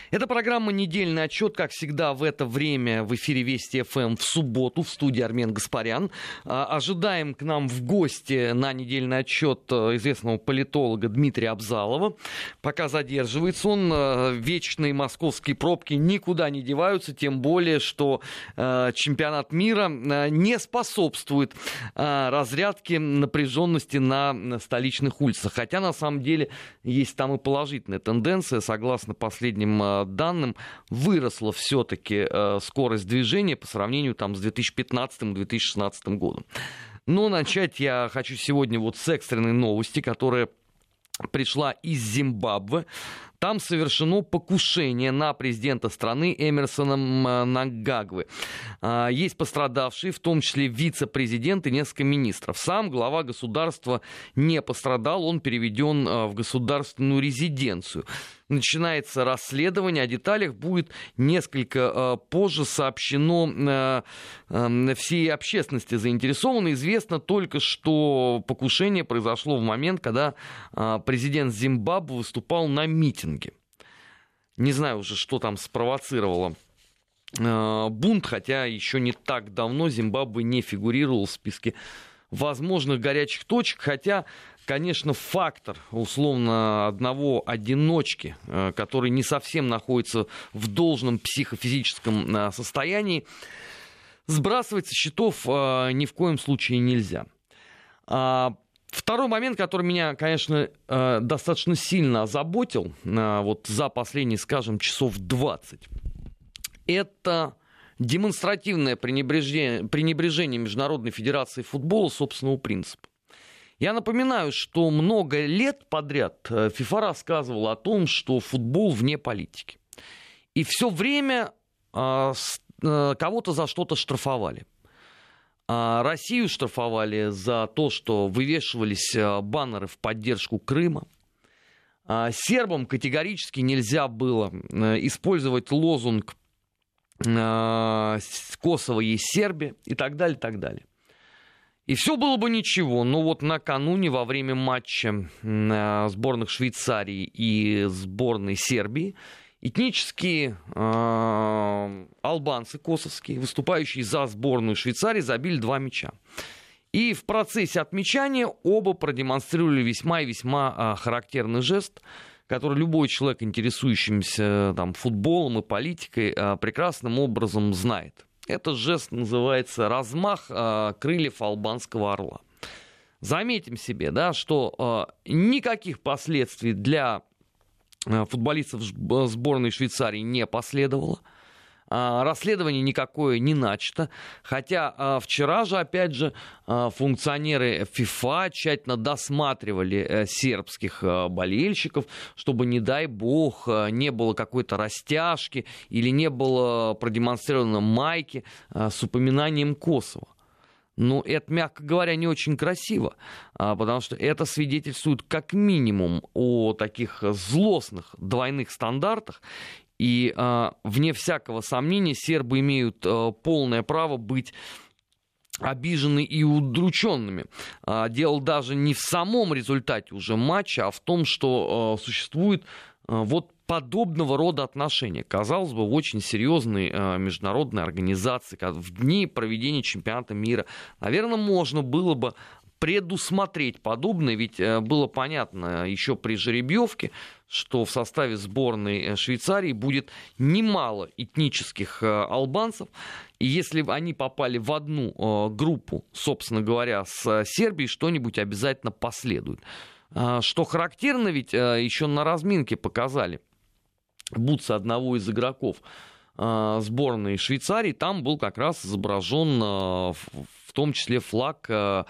Это программа «Недельный отчет», как всегда, в это время в эфире Вести ФМ в субботу в студии Армен Гаспарян. Ожидаем к нам в гости на недельный отчет известного политолога Дмитрия Абзалова. Пока задерживается он, вечные московские пробки никуда не деваются, тем более, что чемпионат мира не способствует разрядке напряженности на столичных улицах. Хотя, на самом деле, есть там и положительная тенденция, согласно последним данным, выросла все-таки скорость движения по сравнению там, с 2015-2016 годом. Но начать я хочу сегодня вот с экстренной новости, которая пришла из Зимбабве. Там совершено покушение на президента страны Эмерсона Мнангагвы. Есть пострадавшие, в том числе вице-президент и несколько министров. Сам глава государства не пострадал, он переведен в государственную резиденцию. Начинается расследование, о деталях будет несколько позже сообщено всей общественности заинтересованной. Известно только, что покушение произошло в момент, когда президент Зимбабве выступал на митинге. Не знаю уже, что там спровоцировало бунт, хотя еще не так давно Зимбабве не фигурировал в списке возможных горячих точек, хотя, конечно, фактор, условно, одного одиночки, который не совсем находится в должном психофизическом состоянии, сбрасывать со счетов ни в коем случае нельзя. Второй момент, который меня, конечно, достаточно сильно озаботил вот за последние, скажем, часов 20, это демонстративное пренебрежение Международной Федерации футбола собственного принципа. Я напоминаю, что много лет подряд ФИФА рассказывала о том, что футбол вне политики. И все время кого-то за что-то штрафовали. Россию штрафовали за то, что вывешивались баннеры в поддержку Крыма. Сербам категорически нельзя было использовать лозунг «Косово есть Сербия» и так далее, и так далее. И все было бы ничего, но вот накануне во время матча сборных Швейцарии и сборной Сербии этнические албанцы косовские, выступающие за сборную Швейцарии, забили 2 мяча. И в процессе отмечания оба продемонстрировали весьма и весьма характерный жест, который любой человек, интересующийся там, футболом и политикой, прекрасным образом знает. Этот жест называется «размах крыльев албанского орла». Заметим себе, да, что никаких последствий для футболистов сборной Швейцарии не последовало. Расследование никакое не начато, хотя вчера же, опять же, функционеры ФИФА тщательно досматривали сербских болельщиков, чтобы, не дай бог, не было какой-то растяжки или не было продемонстрировано майки с упоминанием Косово. Но это, мягко говоря, не очень красиво, потому что это свидетельствует как минимум о таких злостных двойных стандартах. И, вне всякого сомнения, сербы имеют полное право быть обижены и удрученными. Дело даже не в самом результате уже матча, а в том, что существует вот подобного рода отношения. Казалось бы, в очень серьезной международной организации, в дни проведения чемпионата мира, наверное, можно было бы предусмотреть подобное, ведь было понятно еще при жеребьевке, что в составе сборной Швейцарии будет немало этнических албанцев, и если они попали в одну группу, собственно говоря, с Сербией, что-нибудь обязательно последует. Что характерно, ведь еще на разминке показали бутсы одного из игроков сборной Швейцарии, там был как раз изображен в том числе флаг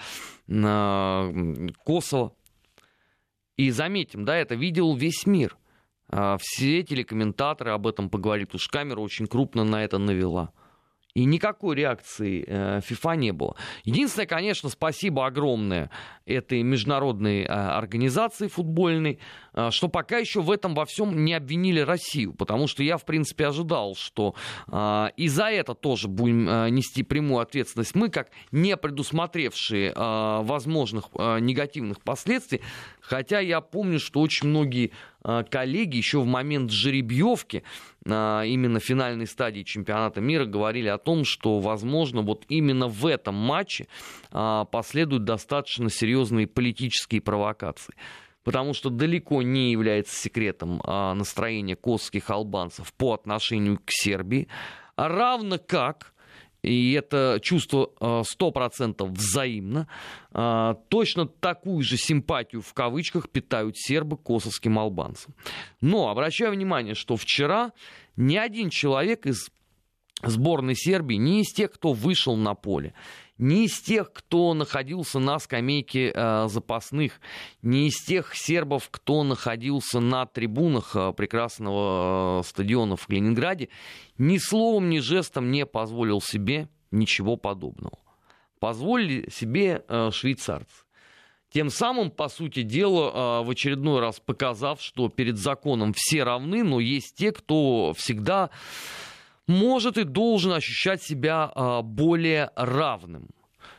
Косово. И заметим, да, это видел весь мир. Все телекомментаторы об этом поговорили, потому что камера очень крупно на это навела. И никакой реакции ФИФА не было. Единственное, конечно, спасибо огромное этой международной организации футбольной, что пока еще в этом во всем не обвинили Россию. Потому что я, в принципе, ожидал, что и за это тоже будем нести прямую ответственность мы, как не предусмотревшие возможных негативных последствий. Хотя я помню, что очень многие коллеги еще в момент жеребьевки именно финальной стадии чемпионата мира говорили о том, что, возможно, вот именно в этом матче последуют достаточно серьезные политические провокации. Потому что далеко не является секретом настроения косовских албанцев по отношению к Сербии, равно как, и это чувство 100% взаимно, точно такую же симпатию в кавычках питают сербы к косовским албанцам. Но обращаю внимание, что вчера ни один человек из сборной Сербии, ни из тех, кто вышел на поле, ни из тех, кто находился на скамейке запасных, ни из тех сербов, кто находился на трибунах прекрасного стадиона в Калининграде, ни словом, ни жестом не позволил себе ничего подобного. Позволили себе швейцарцы. Тем самым, по сути дела, в очередной раз показав, что перед законом все равны, но есть те, кто всегда может и должен ощущать себя более равным.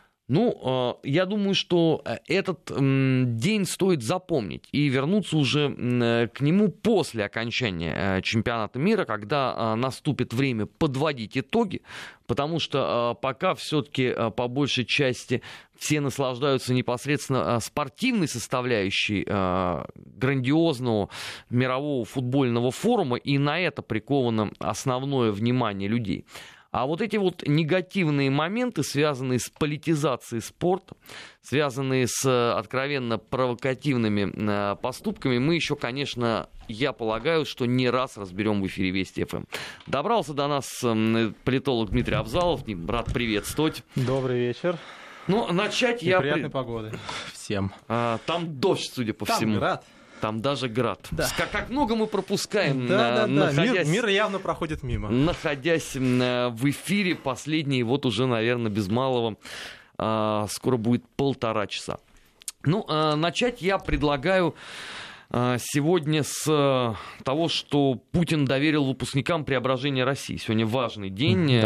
Ну, я думаю, что этот день стоит запомнить и вернуться уже к нему после окончания чемпионата мира, когда наступит время подводить итоги, потому что пока все-таки по большей части все наслаждаются непосредственно спортивной составляющей грандиозного мирового футбольного форума, и на это приковано основное внимание людей. А вот эти вот негативные моменты, связанные с политизацией спорта, связанные с откровенно провокативными поступками, мы еще, конечно, я полагаю, что не раз разберем в эфире Вести ФМ. Добрался до нас политолог Дмитрий Авзалов. Дим, рад приветствовать. Добрый вечер. Ну, начать и приятной погоды всем. Там дождь, судя по всему. Там град. Там даже град. Да. Как много мы пропускаем, находясь... Мир явно проходит мимо. Находясь в эфире последние, вот уже, наверное, без малого, скоро будет 1,5 часа. Ну, начать я предлагаю сегодня с того, что Путин доверил выпускникам Преображения России. Сегодня важный день.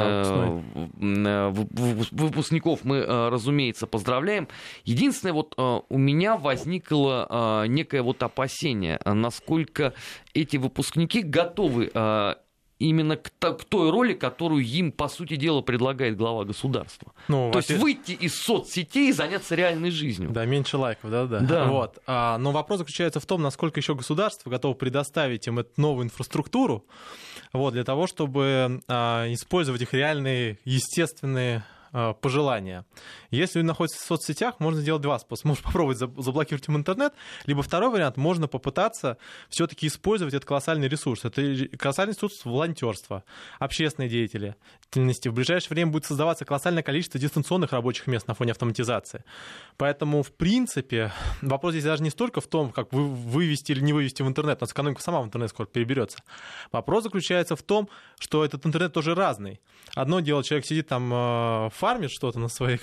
Выпускников мы, разумеется, поздравляем. Единственное, вот у меня возникло некое вот опасение, насколько эти выпускники готовы именно к той роли, которую им, по сути дела, предлагает глава государства. То есть выйти из соцсетей и заняться реальной жизнью. Да, меньше лайков, да. Вот. Но вопрос заключается в том, насколько еще государство готово предоставить им эту новую инфраструктуру, вот, для того, чтобы использовать их реальные, естественные пожелания. Если вы находитесь в соцсетях, можно сделать два способа. Можно попробовать заблокировать им интернет, либо второй вариант, можно попытаться все-таки использовать этот колоссальный ресурс. Это колоссальный ресурс волонтерства, общественной деятельности. В ближайшее время будет создаваться колоссальное количество дистанционных рабочих мест на фоне автоматизации. Поэтому, в принципе, вопрос здесь даже не столько в том, как вывести или не вывести в интернет. У нас экономика сама в интернет скоро переберется. Вопрос заключается в том, что этот интернет тоже разный. Одно дело, человек сидит там, фармит что-то на своей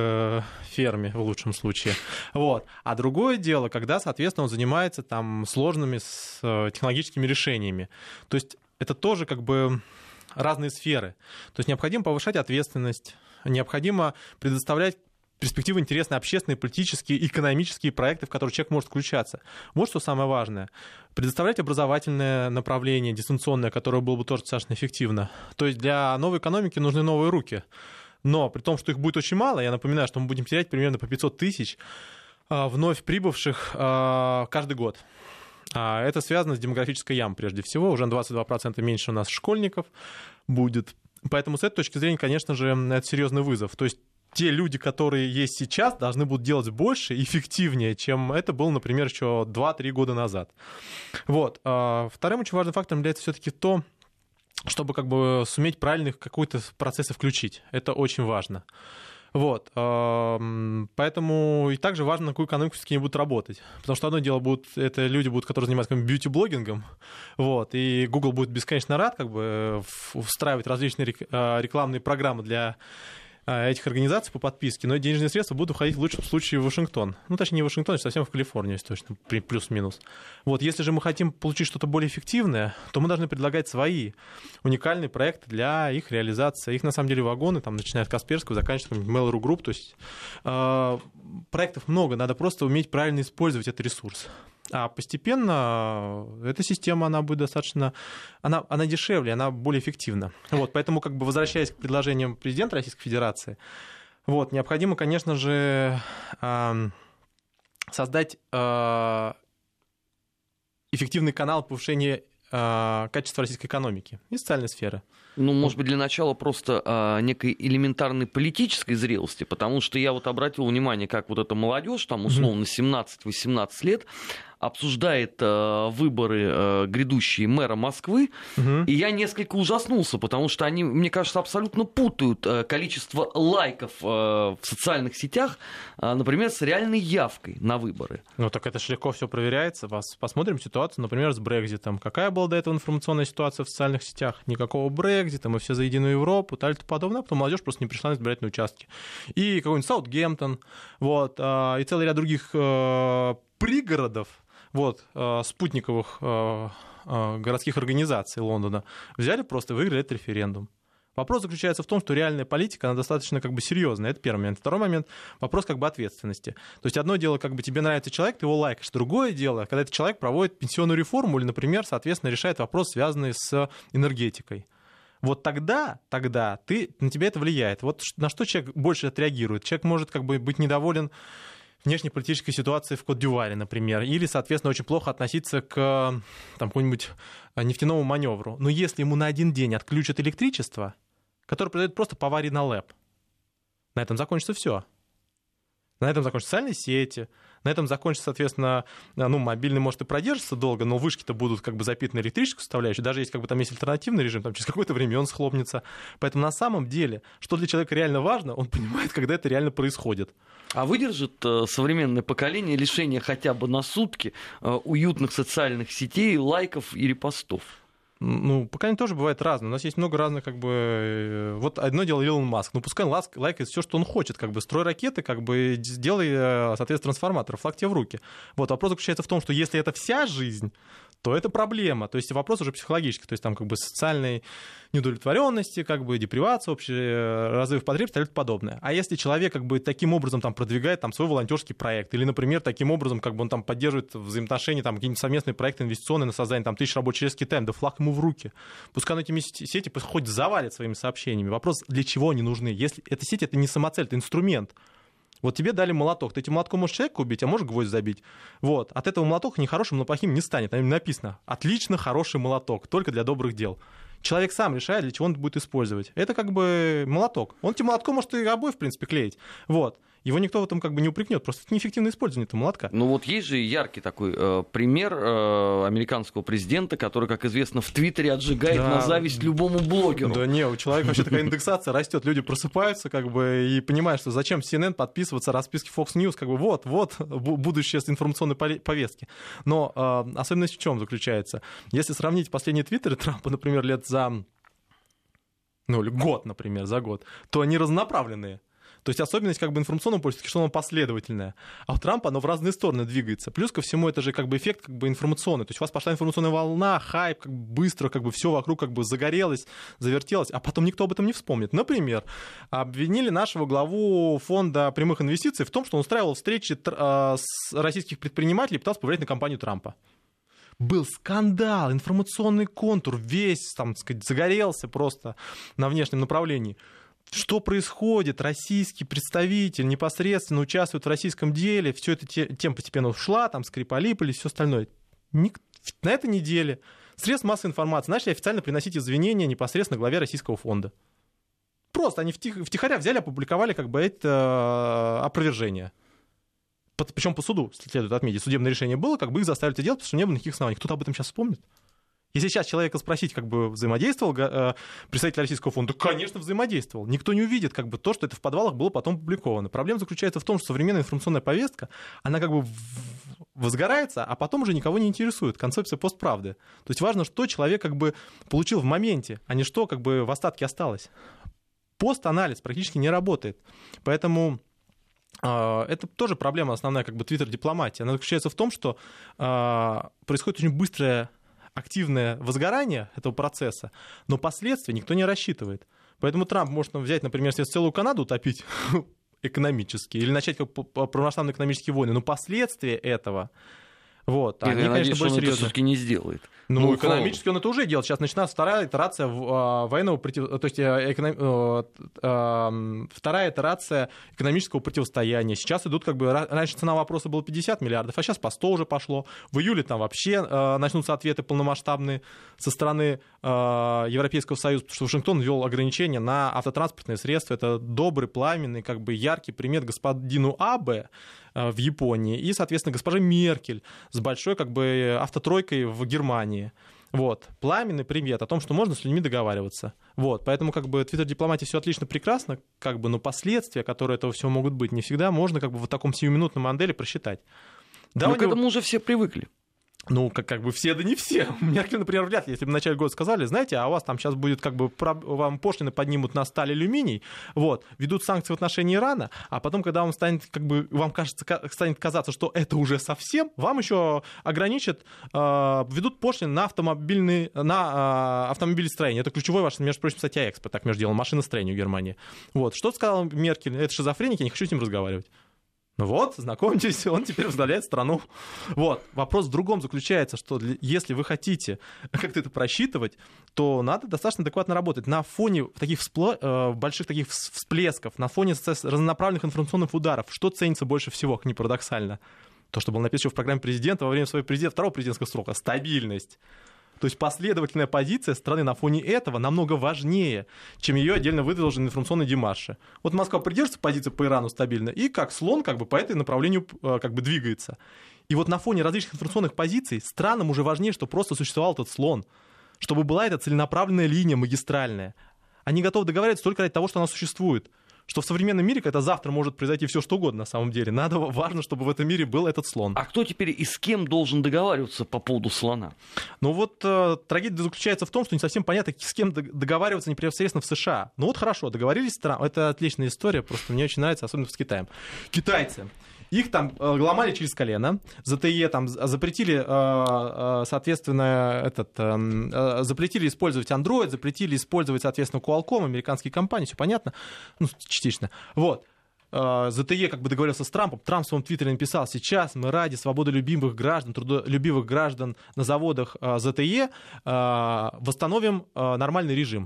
ферме, в лучшем случае. Вот. А другое дело, когда, соответственно, он занимается там сложными технологическими решениями. То есть это тоже разные сферы. То есть необходимо повышать ответственность, необходимо предоставлять перспективы интересные общественные, политические, экономические проекты, в которые человек может включаться. Вот что самое важное. Предоставлять образовательное направление, дистанционное, которое было бы тоже достаточно эффективно. То есть для новой экономики нужны новые руки. Но при том, что их будет очень мало, я напоминаю, что мы будем терять примерно по 500 тысяч вновь прибывших каждый год. Это связано с демографической ямой прежде всего. Уже на 22% меньше у нас школьников будет. Поэтому с этой точки зрения, конечно же, это серьезный вызов. То есть те люди, которые есть сейчас, должны будут делать больше и эффективнее, чем это было, например, еще 2-3 года назад. Вот. Вторым очень важным фактором является все-таки то, чтобы суметь правильно какие-то процессы включить. Это очень важно. Вот. Поэтому и также важно, на какую экономику все-таки они будут работать. Потому что одно дело это люди, которые занимаются бьюти-блогингом, вот, и Google будет бесконечно рад встраивать различные рекламные программы для этих организаций по подписке, но денежные средства будут уходить в лучшем случае в Вашингтон. Ну, точнее, не в Вашингтон, а совсем в Калифорнию, если точно, плюс-минус. Вот, если же мы хотим получить что-то более эффективное, то мы должны предлагать свои уникальные проекты для их реализации. Их, на самом деле, вагоны, начиная от Касперского, заканчивая Mail.ru Group. То есть проектов много, надо просто уметь правильно использовать этот ресурс. А постепенно эта система, она будет достаточно... Она дешевле, она более эффективна. Вот, поэтому, как бы, возвращаясь к предложениям президента Российской Федерации, вот, необходимо, конечно же, создать эффективный канал повышения качества российской экономики и социальной сферы. Ну, может быть, для начала просто некой элементарной политической зрелости, потому что я вот обратил внимание, как вот эта молодежь, там, условно, 17-18 лет, обсуждает выборы грядущие мэра Москвы, и я несколько ужаснулся, потому что они, мне кажется, абсолютно путают количество лайков в социальных сетях, например, с реальной явкой на выборы. Ну, так это ж легко все проверяется. Посмотрим ситуацию, например, с Брекситом. Какая была до этого информационная ситуация в социальных сетях? Никакого Брексита, мы все за единую Европу, так и подобное, а потом молодежь просто не пришла на избирательные участки. И какой-нибудь Саутгемптон, вот, и целый ряд других пригородов, вот, спутниковых городских организаций Лондона, взяли просто и выиграли этот референдум. Вопрос заключается в том, что реальная политика, она достаточно как бы серьезная. Это первый момент. Второй момент — вопрос как бы ответственности. То есть одно дело, как бы тебе нравится человек, ты его лайкаешь. Другое дело, когда этот человек проводит пенсионную реформу или, например, соответственно, решает вопрос, связанный с энергетикой. Вот тогда на тебя это влияет. Вот на что человек больше отреагирует? Человек может как бы быть недоволен внешнеполитической ситуации в Кот-д'Ивуаре, например, или, соответственно, очень плохо относиться к там, какому-нибудь нефтяному маневру. Но если ему на один день отключат электричество, которое произойдет просто по аварии на ЛЭП, на этом закончится все. На этом закончатся социальные сети, на этом закончится, соответственно, ну, мобильный, может, и продержится долго, но вышки-то будут как бы запитаны электрической составляющей, даже если как бы там есть альтернативный режим, там через какое-то время он схлопнется. Поэтому на самом деле, что для человека реально важно, он понимает, когда это реально происходит. А выдержит современное поколение лишение хотя бы на сутки уютных социальных сетей, лайков и репостов? Ну, поколение тоже бывает разное. У нас есть много разных, как бы... Вот одно дело Илон Маск. Ну, пускай он лайкает все, что он хочет. Как бы строй ракеты, как бы делай, соответственно, трансформатор, флаг тебе в руки. Вот вопрос заключается в том, что если это вся жизнь, то это проблема. То есть вопрос уже психологический. То есть там как бы социальной неудовлетворенности, как бы депривация, общий разрыв потребностей и подобное. А если человек как бы таким образом там продвигает там свой волонтерский проект, или, например, таким образом как бы он там поддерживает взаимоотношения, там какие-нибудь совместные проекты инвестиционные на создание там 1000 рабочих мест с Китаем, да флаг ему в руки. Пускай он эти сети хоть завалит своими сообщениями. Вопрос, для чего они нужны? Если эта сеть — это не самоцель, это инструмент. Вот тебе дали молоток. Ты этим молотком можешь человека убить, а можешь гвоздь забить. Вот. От этого молоток ни хорошим, ни плохим не станет. Там написано: отлично, хороший молоток, только для добрых дел. Человек сам решает, для чего он будет использовать. Это как бы молоток. Он этим молотком может и обои, в принципе, клеить. Вот. Его никто в этом как бы не упрекнет, просто это неэффективное использование этого молотка. Ну вот есть же яркий такой пример американского президента, который, как известно, в Твиттере отжигает на зависть любому блогеру. Да не, у человека вообще такая индексация растет, люди просыпаются как бы и понимают, что зачем CNN подписываться расписки Fox News, как бы вот будущее с информационной повестки. Но особенность в чем заключается? Если сравнить последние твиттеры Трампа, например, лет за или год, например, за год, то они разнонаправленные. То есть особенность как бы информационного политики, что она последовательная. А у Трампа оно в разные стороны двигается. Плюс ко всему это же как бы эффект как бы информационный. То есть у вас пошла информационная волна, хайп, как бы быстро как бы все вокруг как бы загорелось, завертелось, а потом никто об этом не вспомнит. Например, обвинили нашего главу фонда прямых инвестиций в том, что он устраивал встречи с российских предпринимателей и пытался повлиять на кампанию Трампа. Был скандал, информационный контур весь, там, так сказать, загорелся просто на внешнем направлении. Что происходит? Российский представитель непосредственно участвует в российском деле, все это тема постепенно ушла, там Скрипали и все остальное. На этой неделе средства массовой информации начали официально приносить извинения непосредственно главе российского фонда. Просто они втихаря взяли, опубликовали как бы это опровержение. Причем по суду, следует отметить, судебное решение было, как бы их заставили это делать, потому что не было никаких оснований. Кто-то об этом сейчас вспомнит? Если сейчас человека спросить, как бы взаимодействовал представитель Российского фонда, конечно, взаимодействовал. Никто не увидит как бы то, что это в подвалах было потом опубликовано. Проблема заключается в том, что современная информационная повестка, она как бы возгорается, а потом уже никого не интересует. Концепция постправды. То есть важно, что человек как бы получил в моменте, а не что как бы в остатке осталось. Постанализ практически не работает. Поэтому это тоже проблема основная как бы твиттер-дипломатии. Она заключается в том, что происходит очень быстрое активное возгорание этого процесса, но последствия никто не рассчитывает. Поэтому Трамп может взять, например, целую Канаду утопить экономически или начать как полномасштабные экономические войны, но последствия этого Вот. Они, конечно, более серьезные. Он это все-таки не сделает. Ну, экономически он это уже делает. Сейчас начинается вторая итерация военного вторая итерация экономического противостояния. Сейчас идут раньше цена вопроса была 50 миллиардов, а сейчас по 100 уже пошло. В июле там вообще начнутся ответы полномасштабные со стороны Европейского Союза, потому что Вашингтон ввел ограничения на автотранспортные средства. Это добрый, пламенный, яркий пример господину Абе в Японии и, соответственно, госпоже Меркель с большой автотройкой в Германии. Вот. Пламенный привет о том, что можно с людьми договариваться. Вот. Поэтому твиттер-дипломатия все отлично, прекрасно, но последствия, которые этого всего могут быть, не всегда можно в таком сиюминутной модели просчитать. Да, но к этому уже все привыкли. Ну, все, да не все. Меркель, например, вряд ли, если бы в начале года сказали, знаете, а у вас там сейчас будет вам пошлины поднимут на сталь, алюминий, вот, ведут санкции в отношении Ирана, а потом, когда вам станет, вам станет казаться, что это уже совсем, вам еще ограничат, ведут пошлины на автомобилестроение. Это ключевой ваш, между прочим, статья Экспо, так между делом, машиностроение в Германии. Вот, что сказала Меркель? Это шизофреник, я не хочу с ним разговаривать. Ну вот, знакомьтесь, он теперь возглавляет страну. Вот. Вопрос в другом заключается, что если вы хотите как-то это просчитывать, то надо достаточно адекватно работать. На фоне таких больших таких всплесков, на фоне разнонаправленных информационных ударов, что ценится больше всего, как ни парадоксально? То, что было написано в программе президента во время своего второго президентского срока — стабильность. То есть последовательная позиция страны на фоне этого намного важнее, чем ее отдельно выдвиженные информационные демарши. Вот Москва придерживается позиции по Ирану стабильно и как слон по этому направлению двигается. И вот на фоне различных информационных позиций странам уже важнее, чтобы просто существовал этот слон, чтобы была эта целенаправленная линия магистральная. Они готовы договариваться только ради того, что она существует. Что в современном мире, когда завтра может произойти все что угодно на самом деле, важно, чтобы в этом мире был этот слон. А кто теперь и с кем должен договариваться по поводу слона? Ну вот трагедия заключается в том, что не совсем понятно, с кем договариваться непосредственно в США. Ну вот хорошо, договорились, это отличная история, просто мне очень нравится, особенно с Китаем. Китайцы. Их там ломали через колено, ЗТЕ там запретили, соответственно, запретили использовать Android, запретили использовать, соответственно, Qualcomm, американские компании, все понятно, ну, частично. Вот. ЗТЕ договорился с Трампом. Трамп в своем твиттере написал: сейчас мы ради свободолюбивых граждан, трудолюбивых граждан на заводах ЗТЕ восстановим нормальный режим.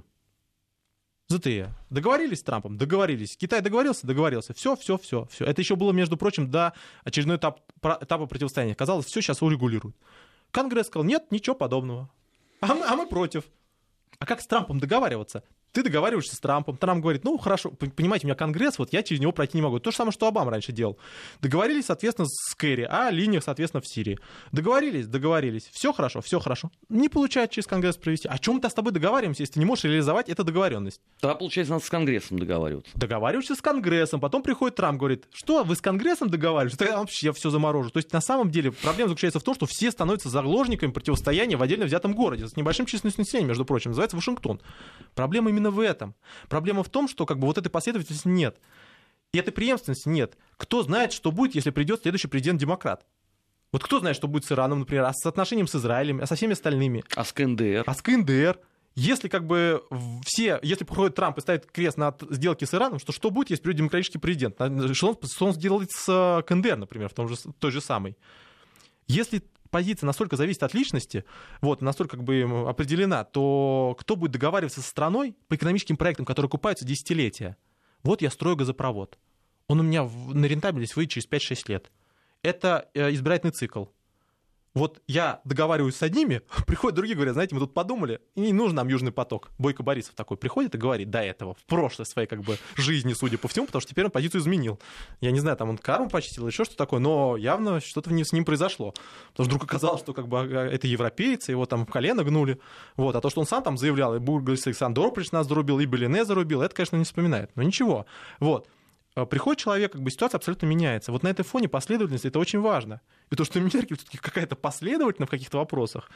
ЗТЕ. Договорились с Трампом? Договорились. Китай договорился? Договорился. Все. Это еще было, между прочим, до очередного этапа противостояния. Казалось, все сейчас урегулируют. Конгресс сказал: нет, ничего подобного. А мы против. А как с Трампом договариваться? Ты договариваешься с Трампом, Трамп говорит: ну хорошо, понимаете, у меня Конгресс, вот я через него пройти не могу. То же самое, что Обама раньше делал. Договорились, соответственно, с Керри о линиях, соответственно, в Сирии. Договорились. Все хорошо. Не получается через Конгресс провести. О чем мы-то с тобой договариваемся, если ты не можешь реализовать эту договоренность? Да, получается, надо с Конгрессом договариваться. Договариваешься с Конгрессом, потом приходит Трамп, говорит: что, вы с Конгрессом договариваетесь? Тогда вообще все заморожу. То есть, на самом деле, проблема заключается в том, что все становятся заложниками противостояния в отдельно взятом городе с небольшим численностью населения, между прочим, называется Вашингтон. Проблема именно в этом. Проблема в том, что вот этой последовательности нет. И этой преемственности нет. Кто знает, что будет, если придет следующий президент-демократ? Вот кто знает, что будет с Ираном, например, а с отношением с Израилем, а со всеми остальными? А с КНДР? Если если приходит Трамп и ставит крест на сделке с Ираном, что будет, если придет демократический президент? Что он сделает с КНДР, например, той же самой? Если позиция настолько зависит от личности, настолько определена, то кто будет договариваться со страной по экономическим проектам, которые окупаются десятилетия? Вот я строю газопровод. Он у меня на рентабельность выйдет через 5-6 лет. Это избирательный цикл. Вот я договариваюсь с одними, приходят другие, говорят: знаете, мы тут подумали, и не нужен нам Южный поток. Бойко Борисов такой приходит и говорит до этого, в прошлой своей жизни, судя по всему, потому что теперь он позицию изменил. Я не знаю, там он карму почтил или еще что такое, но явно что-то с ним произошло. Потому что вдруг оказалось, что это европейцы, его там в колено гнули. А то, что он сам там заявлял, и Бургас Александрович нас зарубил, и Белине зарубил, это, конечно, не вспоминает. Но ничего. Приходит человек, ситуация абсолютно меняется. Вот на этой фоне последовательность — это очень важно. И то, что Меркель все-таки какая-то последовательность в каких-то вопросах,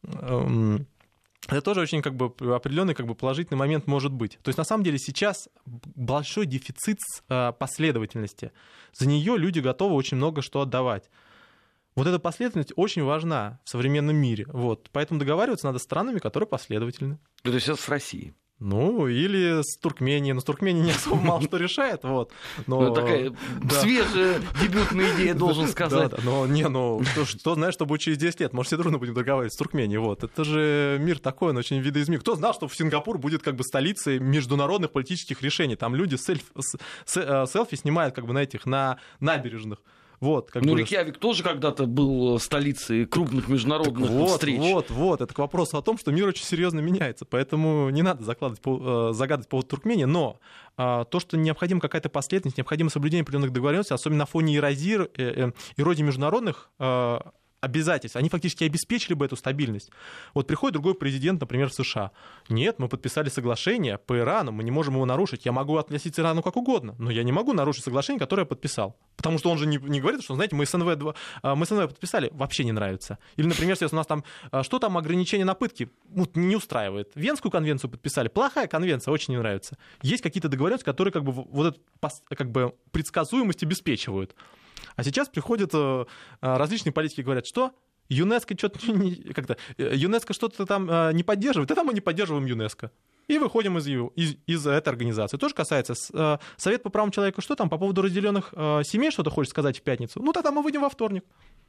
это тоже очень определенный положительный момент может быть. То есть на самом деле сейчас большой дефицит последовательности. За нее люди готовы очень много что отдавать. Вот эта последовательность очень важна в современном мире. Поэтому договариваться надо с странами, которые последовательны. То есть это с Россией? Ну, или с Туркменией. Но с Туркменией не особо мало что решает. Вот. Но... такая свежая дебютная идея, должен сказать. Да, но что знаешь, что будет через 10 лет? Может, все трудно будем договариваться с Туркменией. Вот. Это же мир такой, он очень видоизменен. Кто знал, что Сингапур будет как бы столицей международных политических решений? Там люди селфи снимают на набережных. Вот, Рейкьявик тоже когда-то был столицей крупных международных встреч. Вот. Это к вопросу о том, что мир очень серьезно меняется. Поэтому не надо загадывать по поводу Туркмении. Но то, что необходима какая-то последовательность, необходимо соблюдение определенных договоренностей, особенно на фоне эрозии международных обязательств, они фактически обеспечили бы эту стабильность. Вот приходит другой президент, например, в США. Нет, мы подписали соглашение по Ирану, мы не можем его нарушить. Я могу относиться к Ирану как угодно, но я не могу нарушить соглашение, которое я подписал. Потому что он же не говорит, что, знаете, мы СНВ подписали, вообще не нравится. Или, например, если у нас там, что там ограничения на пытки, не устраивает. Венскую конвенцию подписали, плохая конвенция, очень не нравится. Есть какие-то договоренности, которые вот эту предсказуемость обеспечивают. А сейчас приходят различные политики и говорят, что ЮНЕСКО что-то там не поддерживает, а мы не поддерживаем ЮНЕСКО. И выходим из этой организации. Тоже касается Совет по правам человека. Что там по поводу разделенных семей что-то хочет сказать в пятницу? Ну, тогда мы выйдем во вторник.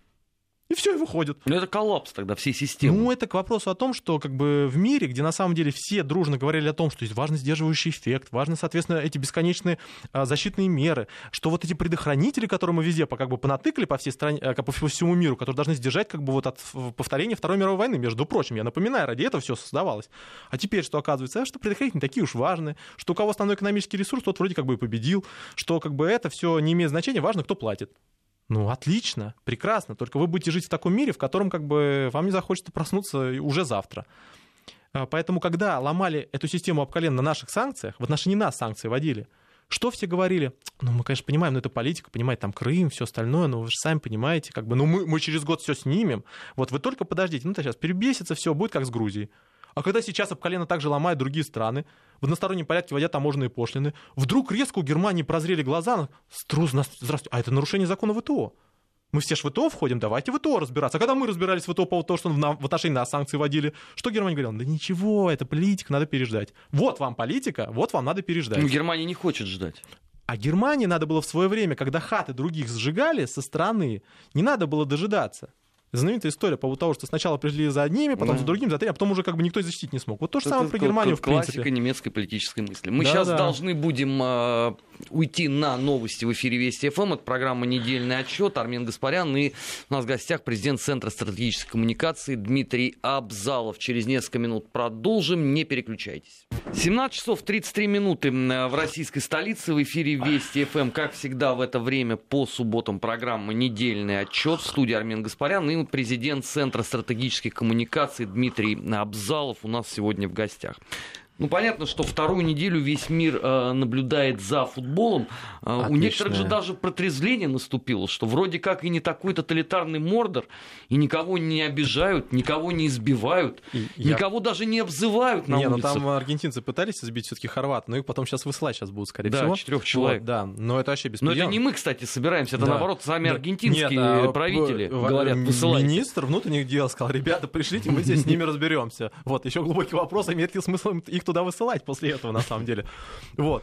И все, и выходит. Но это коллапс тогда всей системы. Ну, это к вопросу о том, что в мире, где на самом деле все дружно говорили о том, что есть важный сдерживающий эффект, важны, соответственно, эти бесконечные защитные меры, что вот эти предохранители, которые мы везде понатыкали по всей стране, по всему миру, которые должны сдержать от повторения Второй мировой войны, между прочим. Я напоминаю, ради этого все создавалось. А теперь что оказывается? Что предохранители не такие уж важные, что у кого основной экономический ресурс, тот вроде и победил, что это все не имеет значения, важно, кто платит. Ну, отлично, прекрасно. Только вы будете жить в таком мире, в котором вам не захочется проснуться уже завтра. Поэтому, когда ломали эту систему об колено на наших санкциях, в отношении нас санкции вводили, что все говорили? Ну, мы, конечно, понимаем, это политика, понимаете, там Крым, все остальное, но вы же сами понимаете, мы через год все снимем. Вот вы только подождите, сейчас перебесится все, будет как с Грузией. А когда сейчас об колено также ломают другие страны, в одностороннем порядке вводят таможенные пошлины, вдруг резко у Германии прозрели глаза, здравствуйте, а это нарушение закона ВТО. Мы все же в ВТО входим, давайте в ВТО разбираться. А когда мы разбирались в ВТО по поводу того, что в отношении нас санкции вводили, что Германия говорила? Да ничего, это политика, надо переждать. Вот вам политика, вот вам надо переждать. Но Германия не хочет ждать. А Германии надо было в свое время, когда хаты других сжигали со стороны, не надо было дожидаться. Знаменитая история по поводу того, что сначала пришли за одними, потом за другими, за третьими, а потом уже никто защитить не смог. Вот то же самое про Германию, в принципе. Классика немецкой политической мысли. Мы сейчас должны будем уйти на новости в эфире Вести ФМ. Это программа «Недельный отчет». Армен Гаспарян. И у нас в гостях президент Центра стратегической коммуникации Дмитрий Абзалов. Через несколько минут продолжим. Не переключайтесь. 17 часов 33 минуты в российской столице. В эфире Вести ФМ. Как всегда в это время по субботам программа «Недельный отчет». В студии Армен Гаспарян и президент Центра стратегических коммуникаций Дмитрий Абзалов у нас сегодня в гостях. Ну, понятно, что вторую неделю весь мир наблюдает за футболом. У некоторых же даже протрезвление наступило, что вроде как и не такой тоталитарный Мордор, и никого не обижают, никого не избивают, никого даже не обзывают на улицах. Там аргентинцы пытались избить все-таки хорват, но их потом сейчас высылать будут, скорее всего. 4 человек. Да, но это вообще беспредел. Но это не мы, кстати, собираемся, это наоборот сами аргентинские правители говорят, высылайте. Министр внутренних дел сказал: ребята, пришлите, мы здесь с ними разберемся. Вот, еще глубокий вопрос, имеет ли смысл их туда высылать после этого, на самом деле. Вот,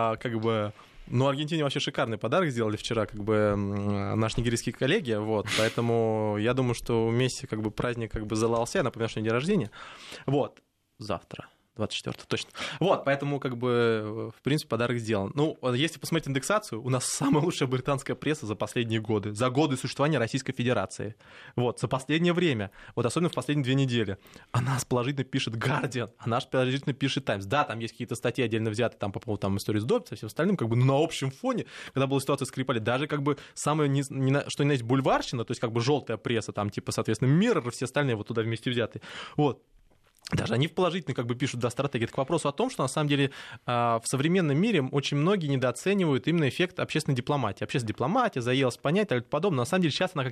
ну, Аргентине вообще шикарный подарок сделали вчера, наши нигерийские коллеги, вот, поэтому я думаю, что у Месси праздник задался, я напоминаю, что день рождения, вот, завтра. 24-го, точно. Вот, поэтому, в принципе, подарок сделан. Ну, если посмотреть индексацию, у нас самая лучшая британская пресса за последние годы, за годы существования Российской Федерации. Вот, за последнее время, вот особенно в последние 2 недели. О нас положительно пишет Guardian, о нас положительно пишет Times. Да, там есть какие-то статьи отдельно взятые там, по поводу истории с Добби, со всем остальным, но на общем фоне, когда была ситуация с Скрипалей, даже самая, что ни на есть бульварщина, то есть желтая пресса, там, соответственно, Mirror, все остальные вот туда вместе взятые. Вот. Даже они положительно пишут стратегии. Это к вопросу о том, что на самом деле в современном мире очень многие недооценивают именно эффект общественной дипломатии. Общественная дипломатия, заелась понять и так подобное. На самом деле сейчас она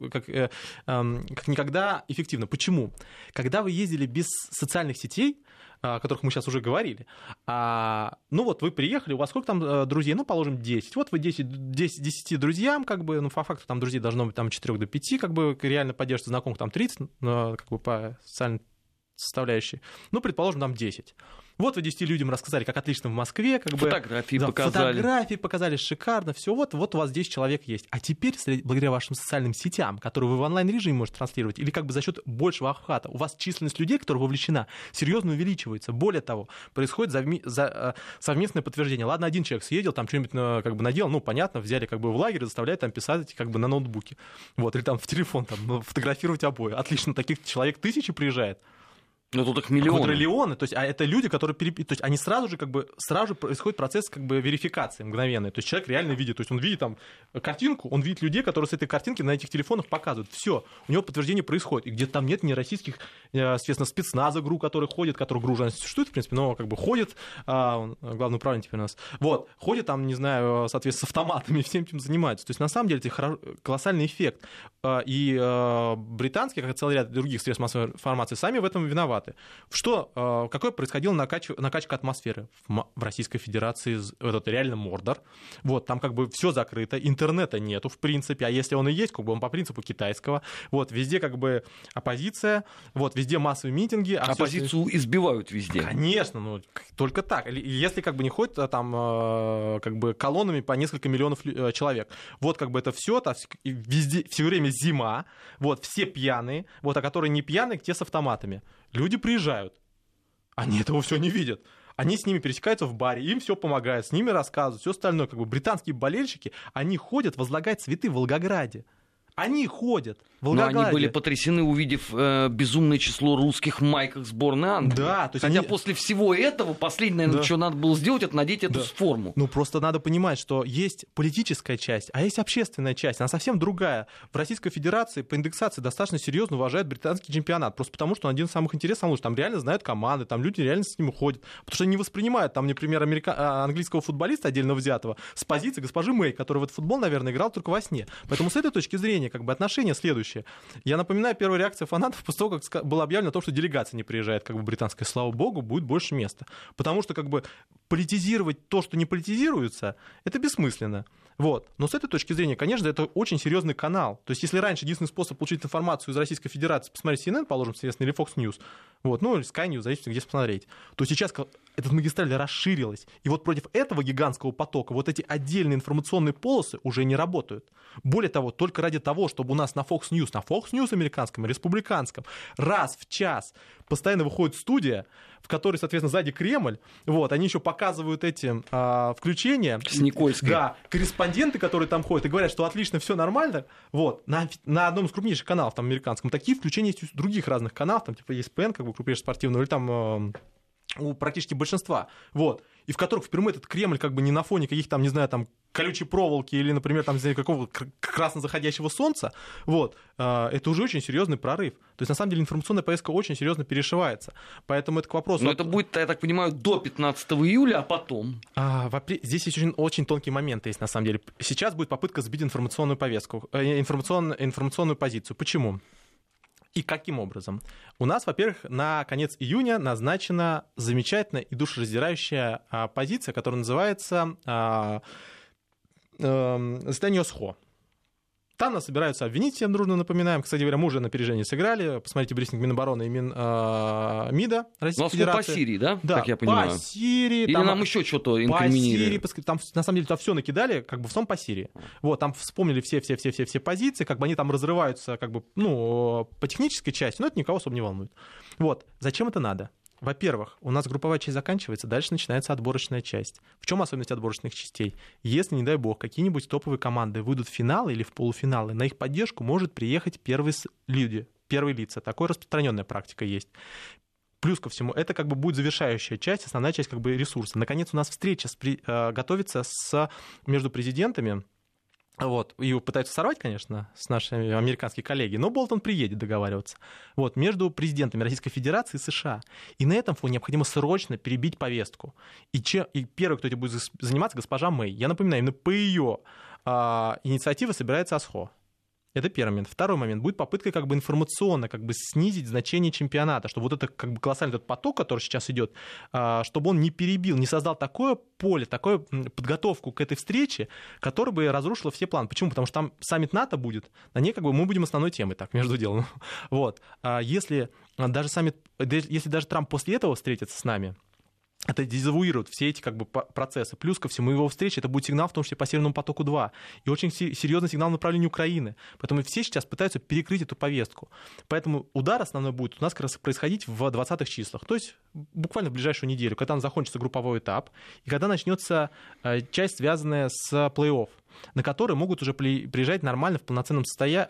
как никогда эффективна. Почему? Когда вы ездили без социальных сетей, о которых мы сейчас уже говорили, вы приехали, у вас сколько там друзей? Ну, положим, 10. Вот вы 10 друзьям, по факту там друзей должно быть там 4 до 5, реально поддерживать знакомых, там 30, по социальным составляющей. Ну, предположим, там 10. Вот вы 10 людям рассказали, как отлично в Москве. Фотографии показали. Фотографии показали, шикарно, все. Вот у вас 10 человек есть. А теперь, благодаря вашим социальным сетям, которые вы в онлайн-режиме можете транслировать, или как бы за счет большего охвата, у вас численность людей, которая вовлечена, серьезно увеличивается. Более того, происходит совместное подтверждение. Ладно, один человек съездил, там что-нибудь как бы наделал, ну, понятно, взяли как бы в лагерь, заставляют там писать как бы на ноутбуке. Вот, или там в телефон там, фотографировать обои. Отлично, таких человек 1000 приезжает. Но тут их миллионы. Квадриллионы, то есть, а это люди, которые то есть они сразу же происходит процесс как бы верификации мгновенной. То есть человек реально видит, то есть он видит там картинку, он видит людей, которые с этой картинки на этих телефонах показывают. Все, у него подтверждение происходит. И где-то там нет ни российских, соответственно, спецназа ГРУ, который ходит, который ГРУ уже существует, в принципе, но как бы ходит, главное управление теперь у нас, вот, ходит там, не знаю, соответственно, с автоматами, всем этим занимается. То есть на самом деле это колоссальный эффект. И британские, как и целый ряд других средств массовой информации, сами в этом виноваты. Какое происходило накачка атмосферы в Российской Федерации, это реально Мордор. Вот, там как бы все закрыто, интернета нету, в принципе, а если он и есть, как бы он по принципу китайского. Вот, везде как бы оппозиция, вот, везде массовые митинги. Оппозицию избивают везде. Конечно, ну, только так. Если как бы не ходят там как бы колоннами по несколько миллионов человек. Вот как бы это все, везде все время зима, вот, все пьяные, вот, а которые не пьяные, те с автоматами. Люди приезжают, они этого все не видят. Они с ними пересекаются в баре, им все помогает, с ними рассказывают, все остальное. Как бы британские болельщики, они ходят возлагать цветы в Волгограде. Они ходят в Волгограде. Но они были потрясены, увидев безумное число русских в майках сборной Англии. Да, то есть хотя после всего этого последнее, наверное, что надо было сделать, это надеть эту форму. Ну, просто надо понимать, что есть политическая часть, а есть общественная часть. Она совсем другая. В Российской Федерации по индексации достаточно серьезно уважают британский чемпионат. Просто потому, что он один из самых интересных, лучше. Там реально знают команды, там люди реально с ним ходят. Потому что они не воспринимают, там, например, английского футболиста отдельно взятого с позиции госпожи Мэй, который в этот футбол, наверное, играл только во сне. Поэтому с этой точки зрения как бы отношение следующее. Я напоминаю, первая реакция фанатов после того, как было объявлено о том, что делегация не приезжает, как бы британская, слава богу, будет больше места. Потому что как бы политизировать то, что не политизируется, это бессмысленно. Вот. Но с этой точки зрения, конечно, это очень серьезный канал. То есть, если раньше единственный способ получить информацию из Российской Федерации, посмотреть CNN, положим, соответственно, или Fox News, вот, ну, или Sky News, зависит, где посмотреть, то сейчас эта магистраль расширилась. И вот против этого гигантского потока вот эти отдельные информационные полосы уже не работают. Более того, только ради того, чтобы у нас на Fox News американском, республиканском, раз в час постоянно выходит студия, в которой, соответственно, сзади Кремль, вот, они еще показывают эти включения. С Никольской. Да, корреспонденты, которые там ходят и говорят, что отлично, все нормально. Вот, на одном из крупнейших каналов там, американском такие включения есть у других разных каналов, там, типа ESPN, как бы крупнейший спортивный, или там у практически большинства, вот, и в которых впервые этот Кремль как бы не на фоне каких-то там, не знаю, там, колючей проволоки или, например, там, не знаю, какого-то красно заходящего солнца, вот, это уже очень серьезный прорыв. То есть, на самом деле, информационная повестка очень серьезно перешивается. Поэтому это к вопросу... Но это будет, я так понимаю, до 15 июля, а потом? Здесь есть очень тонкий момент, есть, на самом деле. Сейчас будет попытка сбить информационную повестку, информационную позицию. Почему? И каким образом? У нас, во-первых, на конец июня назначена замечательная и душераздирающая позиция, которая называется заседание ОСХО. Там нас собираются обвинить, всем дружно напоминаем. Кстати говоря, мы уже на опережении сыграли. Посмотрите брифинг Минобороны и МИДа Российской Федерации. По Сирии, да? Да, как я понимаю. По Сирии. Или там нам еще что-то инкриминировали? По Сирии, там, на самом деле, там все накидали, как бы в том по Сирии. Вот, там вспомнили все позиции, как бы они там разрываются, как бы, ну, по технической части, но это никого особо не волнует. Вот, зачем это надо? Во-первых, у нас групповая часть заканчивается, дальше начинается отборочная часть. В чем особенность отборочных частей? Если, не дай бог, какие-нибудь топовые команды выйдут в финалы или в полуфиналы, на их поддержку может приехать первые лица. Такая распространенная практика есть. Плюс ко всему, это как бы будет завершающая часть, основная часть как бы ресурса. Наконец, у нас встреча готовится между президентами. Вот, его пытаются сорвать, конечно, с нашими американскими коллегами, но Болтон приедет договариваться. Вот, между президентами Российской Федерации и США. И на этом фоне необходимо срочно перебить повестку. И первый, кто этим будет заниматься, госпожа Мэй. Я напоминаю, именно по ее инициативе собирается ОСХО. Это первый момент. Второй момент. Будет попытка как бы информационно как бы снизить значение чемпионата, чтобы вот это как бы колоссальный этот поток, который сейчас идет, чтобы он не перебил, не создал такое поле, такую подготовку к этой встрече, которая бы разрушила все планы. Почему? Потому что там саммит НАТО будет, на ней как бы мы будем основной темой, так, между делом. Вот. Если даже Трамп после этого встретится с нами, это дезавуирует все эти как бы процессы. Плюс ко всему его встрече это будет сигнал, в том числе по Северному потоку-2. И очень серьезный сигнал в направлении Украины. Поэтому все сейчас пытаются перекрыть эту повестку. Поэтому удар основной будет у нас как раз происходить в 20-х числах. То есть буквально в ближайшую неделю, когда закончится групповой этап, и когда начнется часть, связанная с плей-офф, на которые могут уже приезжать нормально в полноценном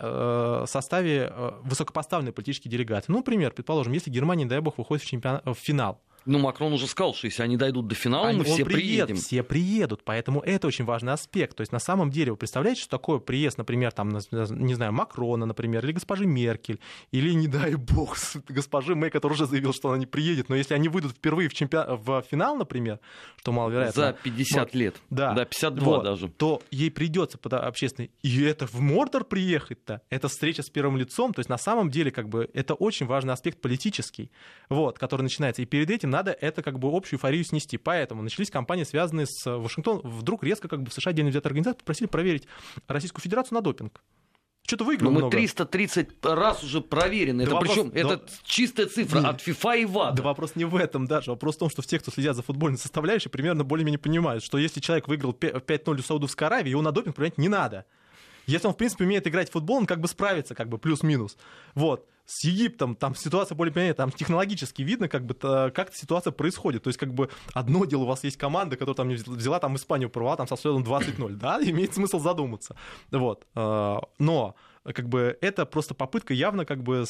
составе высокопоставленные политические делегаты. Ну, например, предположим, если Германия, дай бог, выходит в финал. Ну, Макрон уже сказал, что если они дойдут до финала, мы все приедем. Все приедут, поэтому это очень важный аспект. То есть, на самом деле, вы представляете, что такое приезд, например, там, не знаю, Макрона, например, или госпожи Меркель, или, не дай бог, госпожи Мэй, которая уже заявила, что она не приедет, но если они выйдут впервые в финал, например, что маловероятно. За 50 лет. Да. 52 вот, даже. То ей придется общественной. И это в Мордор приехать-то, это встреча с первым лицом. То есть, на самом деле, как бы, это очень важный аспект политический, вот, который начинается. И перед этим надо это как бы общую эйфорию снести. Поэтому начались кампании, связанные с Вашингтоном. Вдруг резко как бы в США отдельно взятая организация попросили проверить Российскую Федерацию на допинг. Что-то выиграл много. Мы 330 раз уже проверены. Да, причем это чистая цифра от ФИФА и ВАДА. Да вопрос не в этом даже. Вопрос в том, что все, кто следят за футбольной составляющей, примерно более-менее понимают, что если человек выиграл 5-0 у Саудовской Аравии, его на допинг проверять не надо. Если он, в принципе, умеет играть в футбол, он как бы справится, как бы плюс-минус. Вот. С Египтом там ситуация более-менее, там технологически видно, как бы, как ситуация происходит. То есть, как бы, одно дело, у вас есть команда, которая там взяла, там, Испанию порвала, там, со счетом 20-0, да, имеет смысл задуматься. Вот. Но, как бы, это просто попытка явно, как бы,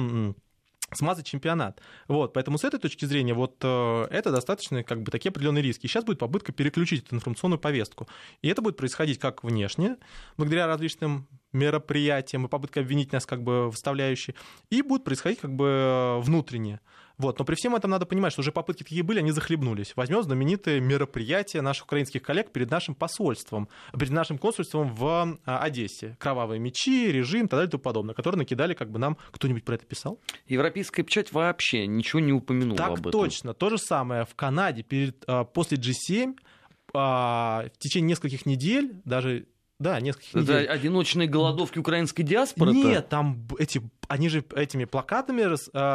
смазать чемпионат. Вот, поэтому с этой точки зрения вот это достаточно как бы такие определенные риски. И сейчас будет попытка переключить эту информационную повестку. И это будет происходить как внешне, благодаря различным мероприятиям и попытка обвинить нас как бы вставляющие, и будет происходить как бы внутренне. Вот. Но при всем этом надо понимать, что уже попытки такие были, они захлебнулись. Возьмем знаменитые мероприятия наших украинских коллег перед нашим посольством, перед нашим консульством в Одессе. Кровавые мечи, режим и так далее и тому подобное, которые накидали как бы нам... Кто-нибудь про это писал? Европейская печать вообще ничего не упомянула так об этом. Так точно. То же самое в Канаде после G7 в течение нескольких недель, даже... Да, нескольких недель. Это одиночные голодовки украинской диаспоры? Нет, там они же этими плакатами